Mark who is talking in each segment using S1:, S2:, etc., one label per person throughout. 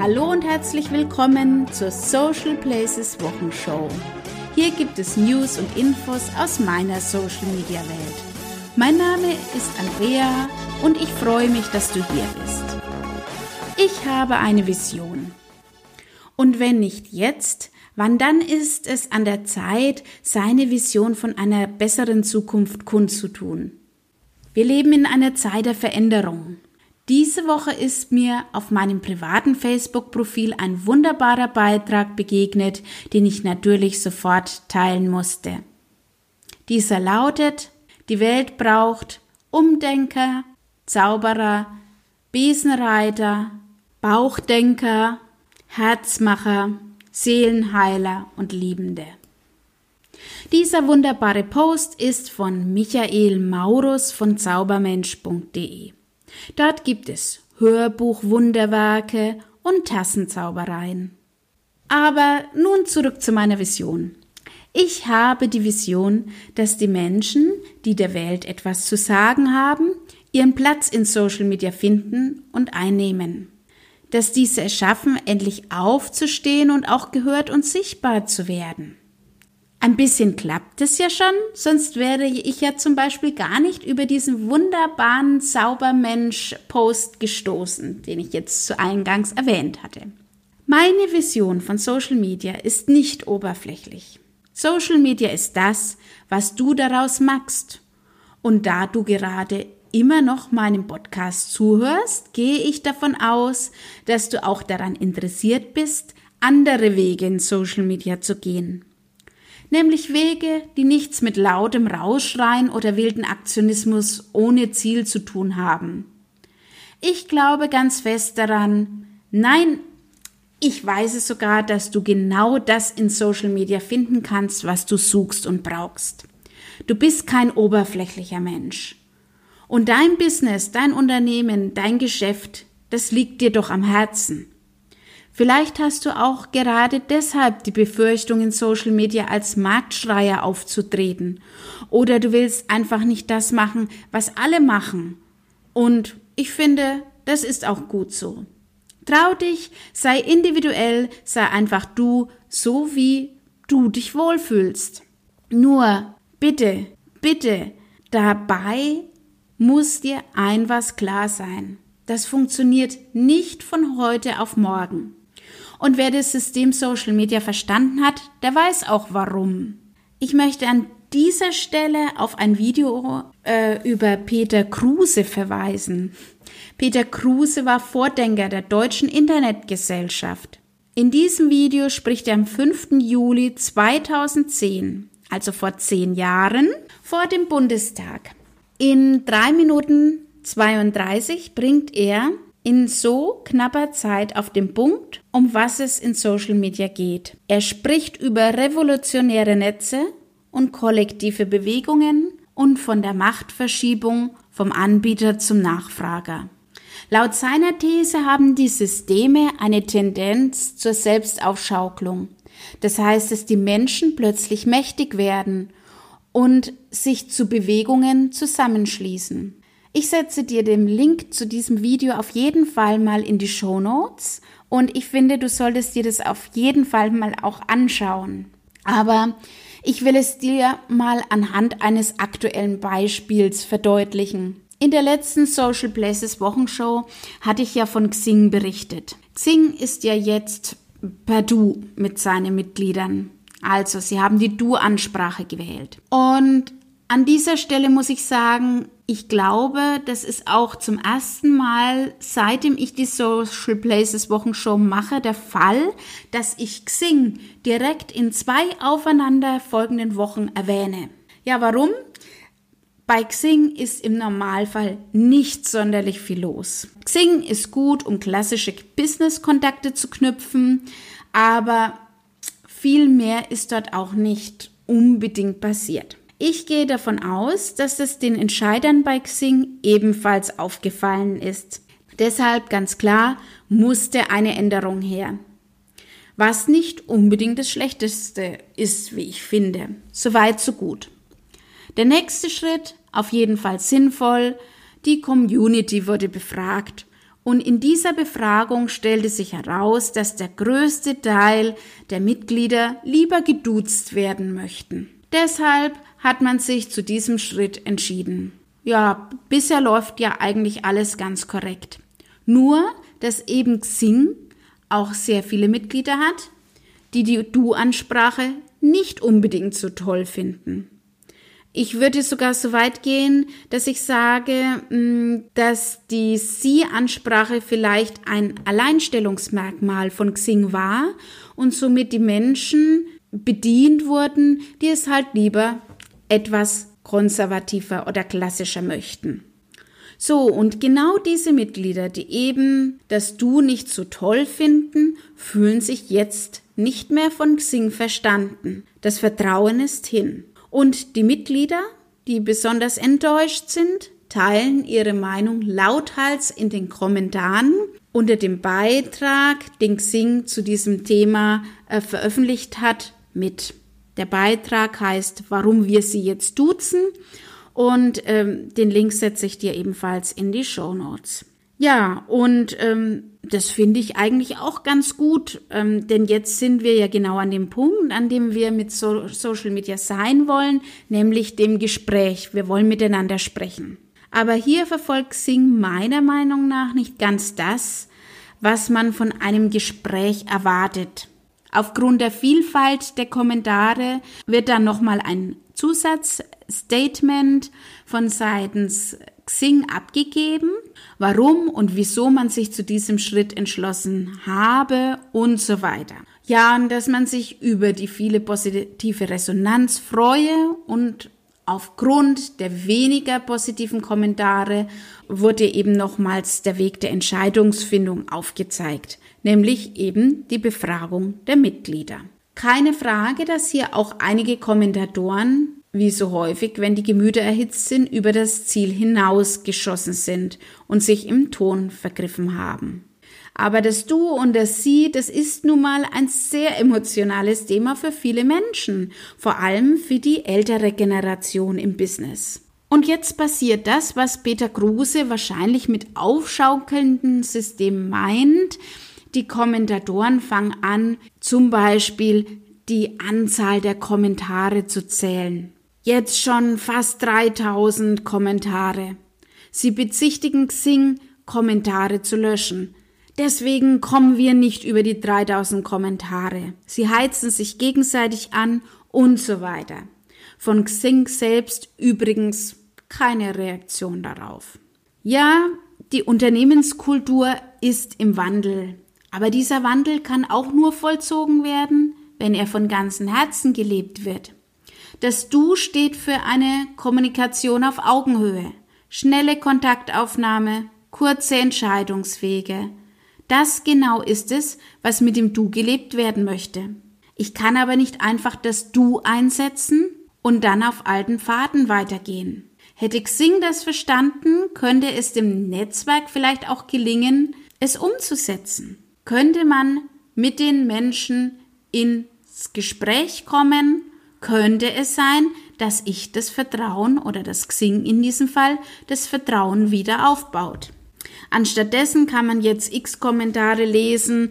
S1: Hallo und herzlich willkommen zur Social Places Wochenshow. Hier gibt es News und Infos aus meiner Social Media Welt. Mein Name ist Andrea und ich freue mich, dass du hier bist. Ich habe eine Vision. Und wenn nicht jetzt, wann dann ist es an der Zeit, seine Vision von einer besseren Zukunft kundzutun? Wir leben in einer Zeit der Veränderung. Diese Woche ist mir auf meinem privaten Facebook-Profil ein wunderbarer Beitrag begegnet, den ich natürlich sofort teilen musste. Dieser lautet: Die Welt braucht Umdenker, Zauberer, Besenreiter, Bauchdenker, Herzmacher, Seelenheiler und Liebende. Dieser wunderbare Post ist von Michael Maurus von zaubermensch.de. Dort gibt es Hörbuch-Wunderwerke und Tassenzaubereien. Aber nun zurück zu meiner Vision. Ich habe die Vision, dass die Menschen, die der Welt etwas zu sagen haben, ihren Platz in Social Media finden und einnehmen. Dass diese es schaffen, endlich aufzustehen und auch gehört und sichtbar zu werden. Ein bisschen klappt es ja schon, sonst wäre ich ja zum Beispiel gar nicht über diesen wunderbaren Zaubermensch-Post gestoßen, den ich jetzt zu Eingangs erwähnt hatte. Meine Vision von Social Media ist nicht oberflächlich. Social Media ist das, was du daraus machst. Und da du gerade immer noch meinem Podcast zuhörst, gehe ich davon aus, dass du auch daran interessiert bist, andere Wege in Social Media zu gehen. Nämlich Wege, die nichts mit lautem Rausschreien oder wilden Aktionismus ohne Ziel zu tun haben. Ich glaube ganz fest daran, nein, ich weiß es sogar, dass du genau das in Social Media finden kannst, was du suchst und brauchst. Du bist kein oberflächlicher Mensch. Und dein Business, dein Unternehmen, dein Geschäft, das liegt dir doch am Herzen. Vielleicht hast du auch gerade deshalb die Befürchtung, in Social Media als Marktschreier aufzutreten. Oder du willst einfach nicht das machen, was alle machen. Und ich finde, das ist auch gut so. Trau dich, sei individuell, sei einfach du, so wie du dich wohlfühlst. Nur, bitte, dabei muss dir was klar sein. Das funktioniert nicht von heute auf morgen. Und wer das System Social Media verstanden hat, der weiß auch warum. Ich möchte an dieser Stelle auf ein Video über Peter Kruse verweisen. Peter Kruse war Vordenker der Deutschen Internetgesellschaft. In diesem Video spricht er am 5. Juli 2010, also vor 10 Jahren, vor dem Bundestag. In 3 Minuten 32 bringt er in so knapper Zeit auf den Punkt, um was es in Social Media geht. Er spricht über revolutionäre Netze und kollektive Bewegungen und von der Machtverschiebung vom Anbieter zum Nachfrager. Laut seiner These haben die Systeme eine Tendenz zur Selbstaufschaukelung. Das heißt, dass die Menschen plötzlich mächtig werden und sich zu Bewegungen zusammenschließen. Ich setze dir den Link zu diesem Video auf jeden Fall mal in die Shownotes und ich finde, du solltest dir das auf jeden Fall mal auch anschauen. Aber ich will es dir mal anhand eines aktuellen Beispiels verdeutlichen. In der letzten Social Places Wochenshow hatte ich ja von Xing berichtet. Xing ist ja jetzt per Du mit seinen Mitgliedern. Also, sie haben die Du-Ansprache gewählt. Und an dieser Stelle muss ich sagen, ich glaube, das ist auch zum ersten Mal, seitdem ich die Social Places Wochenshow mache, der Fall, dass ich Xing direkt in 2 aufeinanderfolgenden Wochen erwähne. Ja, warum? Bei Xing ist im Normalfall nicht sonderlich viel los. Xing ist gut, um klassische Business-Kontakte zu knüpfen, aber viel mehr ist dort auch nicht unbedingt passiert. Ich gehe davon aus, dass es den Entscheidern bei Xing ebenfalls aufgefallen ist. Deshalb ganz klar musste eine Änderung her. Was nicht unbedingt das Schlechteste ist, wie ich finde. Soweit, so gut. Der nächste Schritt, auf jeden Fall sinnvoll, die Community wurde befragt Und in dieser Befragung stellte sich heraus, dass der größte Teil der Mitglieder lieber geduzt werden möchten. Deshalb hat man sich zu diesem Schritt entschieden. Ja, bisher läuft ja eigentlich alles ganz korrekt. Nur, dass eben Xing auch sehr viele Mitglieder hat, die die Du-Ansprache nicht unbedingt so toll finden. Ich würde sogar so weit gehen, dass ich sage, dass die Sie-Ansprache vielleicht ein Alleinstellungsmerkmal von Xing war und somit die Menschen bedient wurden, die es halt lieber etwas konservativer oder klassischer möchten. So, und genau diese Mitglieder, die eben das Du nicht so toll finden, fühlen sich jetzt nicht mehr von Xing verstanden. Das Vertrauen ist hin. Und die Mitglieder, die besonders enttäuscht sind, teilen ihre Meinung lauthals in den Kommentaren unter dem Beitrag, den Xing zu diesem Thema veröffentlicht hat, mit. Der Beitrag heißt, warum wir sie jetzt duzen, und den Link setze ich dir ebenfalls in die Shownotes. Ja, und das finde ich eigentlich auch ganz gut, denn jetzt sind wir ja genau an dem Punkt, an dem wir mit Social Media sein wollen, nämlich dem Gespräch. Wir wollen miteinander sprechen. Aber hier verfolgt Xing meiner Meinung nach nicht ganz das, was man von einem Gespräch erwartet. Aufgrund der Vielfalt der Kommentare wird dann nochmal ein Zusatzstatement von seitens Xing abgegeben, warum und wieso man sich zu diesem Schritt entschlossen habe und so weiter. Ja, und dass man sich über die viele positive Resonanz freue, und aufgrund der weniger positiven Kommentare wurde eben nochmals der Weg der Entscheidungsfindung aufgezeigt, nämlich eben die Befragung der Mitglieder. Keine Frage, dass hier auch einige Kommentatoren, wie so häufig, wenn die Gemüter erhitzt sind, über das Ziel hinausgeschossen sind und sich im Ton vergriffen haben. Aber das Du und das Sie, das ist nun mal ein sehr emotionales Thema für viele Menschen, vor allem für die ältere Generation im Business. Und jetzt passiert das, was Peter Kruse wahrscheinlich mit aufschaukelndem System meint. Die Kommentatoren fangen an, zum Beispiel die Anzahl der Kommentare zu zählen. Jetzt schon fast 3000 Kommentare. Sie bezichtigen Xing, Kommentare zu löschen. Deswegen kommen wir nicht über die 3000 Kommentare. Sie heizen sich gegenseitig an und so weiter. Von Xing selbst übrigens keine Reaktion darauf. Ja, die Unternehmenskultur ist im Wandel. Aber dieser Wandel kann auch nur vollzogen werden, wenn er von ganzem Herzen gelebt wird. Das Du steht für eine Kommunikation auf Augenhöhe, schnelle Kontaktaufnahme, kurze Entscheidungswege. Das genau ist es, was mit dem Du gelebt werden möchte. Ich kann aber nicht einfach das Du einsetzen und dann auf alten Pfaden weitergehen. Hätte Xing das verstanden, könnte es dem Netzwerk vielleicht auch gelingen, es umzusetzen. Könnte man mit den Menschen ins Gespräch kommen, könnte es sein, dass ich das Vertrauen oder das Xing in diesem Fall das Vertrauen wieder aufbaut. Anstattdessen kann man jetzt x Kommentare lesen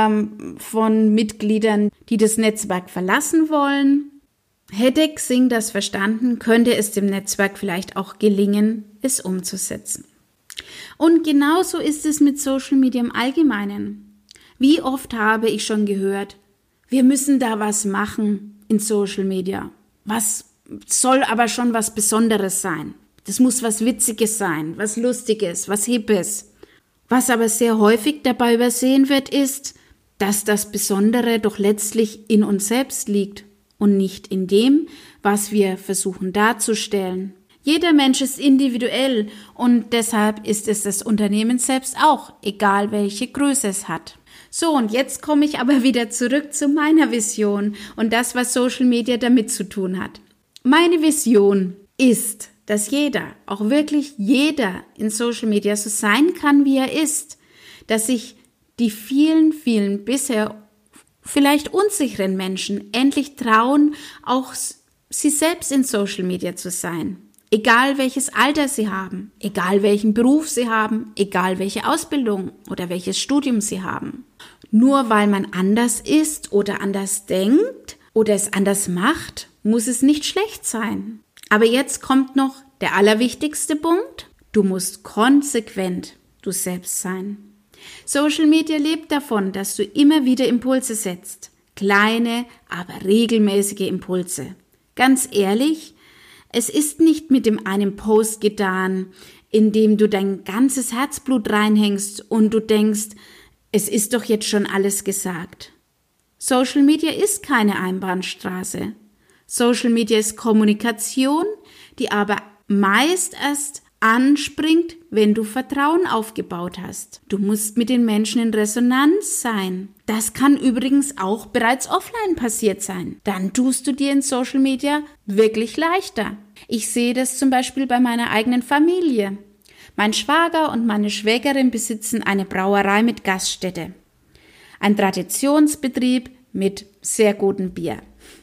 S1: von Mitgliedern, die das Netzwerk verlassen wollen. Hätte Xing das verstanden, könnte es dem Netzwerk vielleicht auch gelingen, es umzusetzen. Und genauso ist es mit Social Media im Allgemeinen. Wie oft habe ich schon gehört, wir müssen da was machen in Social Media. Was soll aber schon was Besonderes sein? Das muss was Witziges sein, was Lustiges, was Hippes. Was aber sehr häufig dabei übersehen wird, ist, dass das Besondere doch letztlich in uns selbst liegt und nicht in dem, was wir versuchen darzustellen. Jeder Mensch ist individuell und deshalb ist es das Unternehmen selbst auch, egal welche Größe es hat. So, und jetzt komme ich aber wieder zurück zu meiner Vision und das, was Social Media damit zu tun hat. Meine Vision ist, dass jeder, auch wirklich jeder in Social Media so sein kann, wie er ist, dass sich die vielen, vielen bisher vielleicht unsicheren Menschen endlich trauen, auch sie selbst in Social Media zu sein. Egal welches Alter sie haben, egal welchen Beruf sie haben, egal welche Ausbildung oder welches Studium sie haben. Nur weil man anders ist oder anders denkt oder es anders macht, muss es nicht schlecht sein. Aber jetzt kommt noch der allerwichtigste Punkt. Du musst konsequent du selbst sein. Social Media lebt davon, dass du immer wieder Impulse setzt. Kleine, aber regelmäßige Impulse. Ganz ehrlich, es ist nicht mit dem einen Post getan, in dem du dein ganzes Herzblut reinhängst und du denkst, es ist doch jetzt schon alles gesagt. Social Media ist keine Einbahnstraße. Social Media ist Kommunikation, die aber meist erst anspringt, wenn du Vertrauen aufgebaut hast. Du musst mit den Menschen in Resonanz sein. Das kann übrigens auch bereits offline passiert sein. Dann tust du dir in Social Media wirklich leichter. Ich sehe das zum Beispiel bei meiner eigenen Familie. Mein Schwager und meine Schwägerin besitzen eine Brauerei mit Gaststätte. Ein Traditionsbetrieb mit sehr gutem Bier.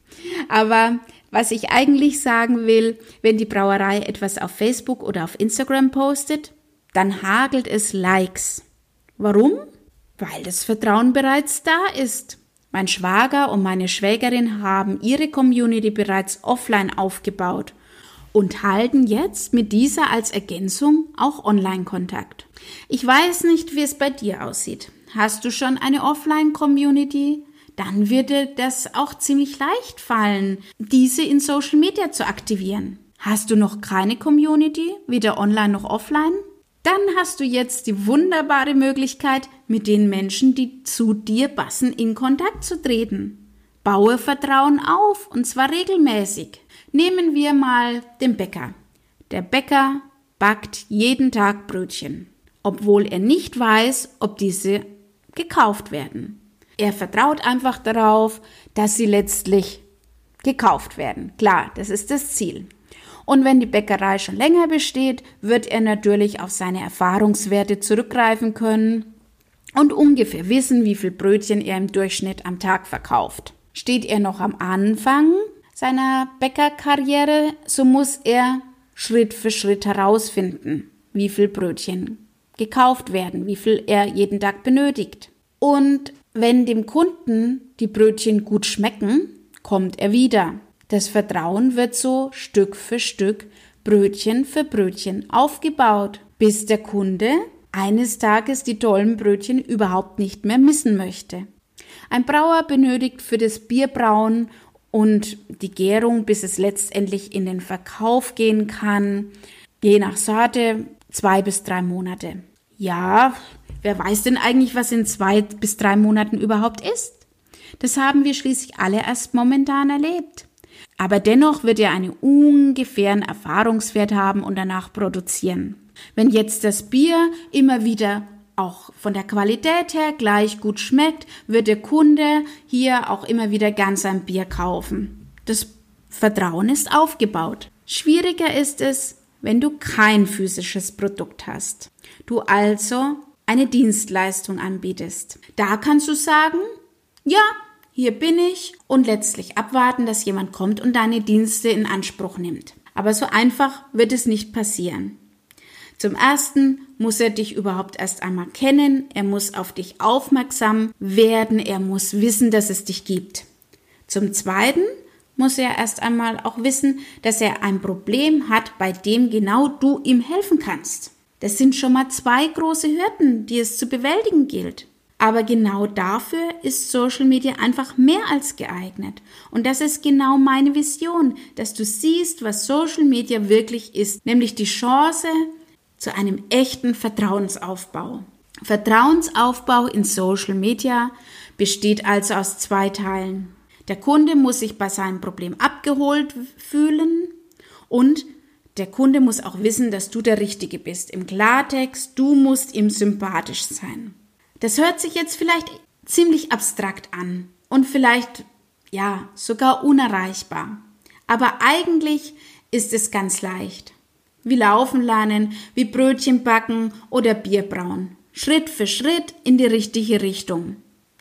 S1: Aber was ich eigentlich sagen will, wenn die Brauerei etwas auf Facebook oder auf Instagram postet, dann hagelt es Likes. Warum? Weil das Vertrauen bereits da ist. Mein Schwager und meine Schwägerin haben ihre Community bereits offline aufgebaut und halten jetzt mit dieser als Ergänzung auch Online-Kontakt. Ich weiß nicht, wie es bei dir aussieht. Hast du schon eine Offline-Community? Dann wird dir das auch ziemlich leicht fallen, diese in Social Media zu aktivieren. Hast du noch keine Community, weder online noch offline? Dann hast du jetzt die wunderbare Möglichkeit, mit den Menschen, die zu dir passen, in Kontakt zu treten. Baue Vertrauen auf, und zwar regelmäßig. Nehmen wir mal den Bäcker. Der Bäcker backt jeden Tag Brötchen, obwohl er nicht weiß, ob diese gekauft werden. Er vertraut einfach darauf, dass sie letztlich gekauft werden. Klar, das ist das Ziel. Und wenn die Bäckerei schon länger besteht, wird er natürlich auf seine Erfahrungswerte zurückgreifen können und ungefähr wissen, wie viel Brötchen er im Durchschnitt am Tag verkauft. Steht er noch am Anfang seiner Bäckerkarriere, so muss er Schritt für Schritt herausfinden, wie viel Brötchen gekauft werden, wie viel er jeden Tag benötigt. Und wenn dem Kunden die Brötchen gut schmecken, kommt er wieder. Das Vertrauen wird so Stück für Stück, Brötchen für Brötchen aufgebaut, bis der Kunde eines Tages die tollen Brötchen überhaupt nicht mehr missen möchte. Ein Brauer benötigt für das Bierbrauen und die Gärung, bis es letztendlich in den Verkauf gehen kann, je nach Sorte 2 bis 3 Monate. Ja, wer weiß denn eigentlich, was in 2 bis 3 Monaten überhaupt ist? Das haben wir schließlich alle erst momentan erlebt. Aber dennoch wird er einen ungefähren Erfahrungswert haben und danach produzieren. Wenn jetzt das Bier immer wieder auch von der Qualität her gleich gut schmeckt, wird der Kunde hier auch immer wieder ganz ein Bier kaufen. Das Vertrauen ist aufgebaut. Schwieriger ist es, wenn du kein physisches Produkt hast. Du also eine Dienstleistung anbietest. Da kannst du sagen, ja, hier bin ich, und letztlich abwarten, dass jemand kommt und deine Dienste in Anspruch nimmt. Aber so einfach wird es nicht passieren. Zum Ersten muss er dich überhaupt erst einmal kennen, er muss auf dich aufmerksam werden, er muss wissen, dass es dich gibt. Zum Zweiten muss er erst einmal auch wissen, dass er ein Problem hat, bei dem genau du ihm helfen kannst. Das sind schon mal 2 große Hürden, die es zu bewältigen gilt. Aber genau dafür ist Social Media einfach mehr als geeignet. Und das ist genau meine Vision, dass du siehst, was Social Media wirklich ist, nämlich die Chance zu einem echten Vertrauensaufbau. Vertrauensaufbau in Social Media besteht also aus 2 Teilen. Der Kunde muss sich bei seinem Problem abgeholt fühlen und der Kunde muss auch wissen, dass du der Richtige bist. Im Klartext, du musst ihm sympathisch sein. Das hört sich jetzt vielleicht ziemlich abstrakt an und vielleicht, ja, sogar unerreichbar. Aber eigentlich ist es ganz leicht. Wie Laufen lernen, wie Brötchen backen oder Bier brauen. Schritt für Schritt in die richtige Richtung.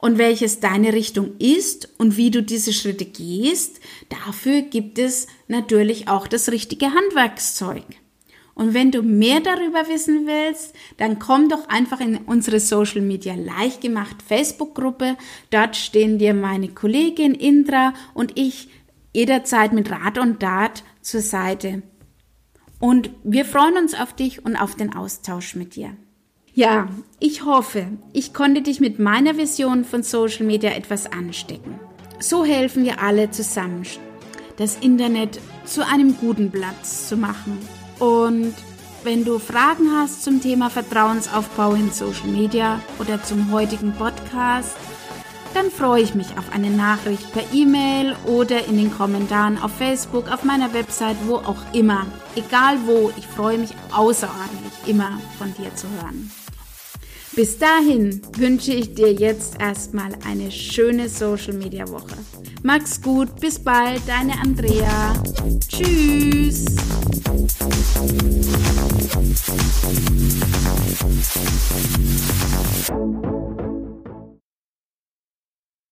S1: und welches deine Richtung ist und wie du diese Schritte gehst, dafür gibt es natürlich auch das richtige Handwerkszeug. Und wenn du mehr darüber wissen willst, dann komm doch einfach in unsere Social Media leicht gemacht Facebook-Gruppe. Dort stehen dir meine Kollegin Indra und ich jederzeit mit Rat und Tat zur Seite. Und wir freuen uns auf dich und auf den Austausch mit dir. Ja, ich hoffe, ich konnte dich mit meiner Vision von Social Media etwas anstecken. So helfen wir alle zusammen, das Internet zu einem guten Platz zu machen. Und wenn du Fragen hast zum Thema Vertrauensaufbau in Social Media oder zum heutigen Podcast, dann freue ich mich auf eine Nachricht per E-Mail oder in den Kommentaren auf Facebook, auf meiner Website, wo auch immer. Egal wo, ich freue mich außerordentlich immer von dir zu hören. Bis dahin wünsche ich dir jetzt erstmal eine schöne Social Media Woche. Mach's gut, bis bald, deine Andrea. Tschüss.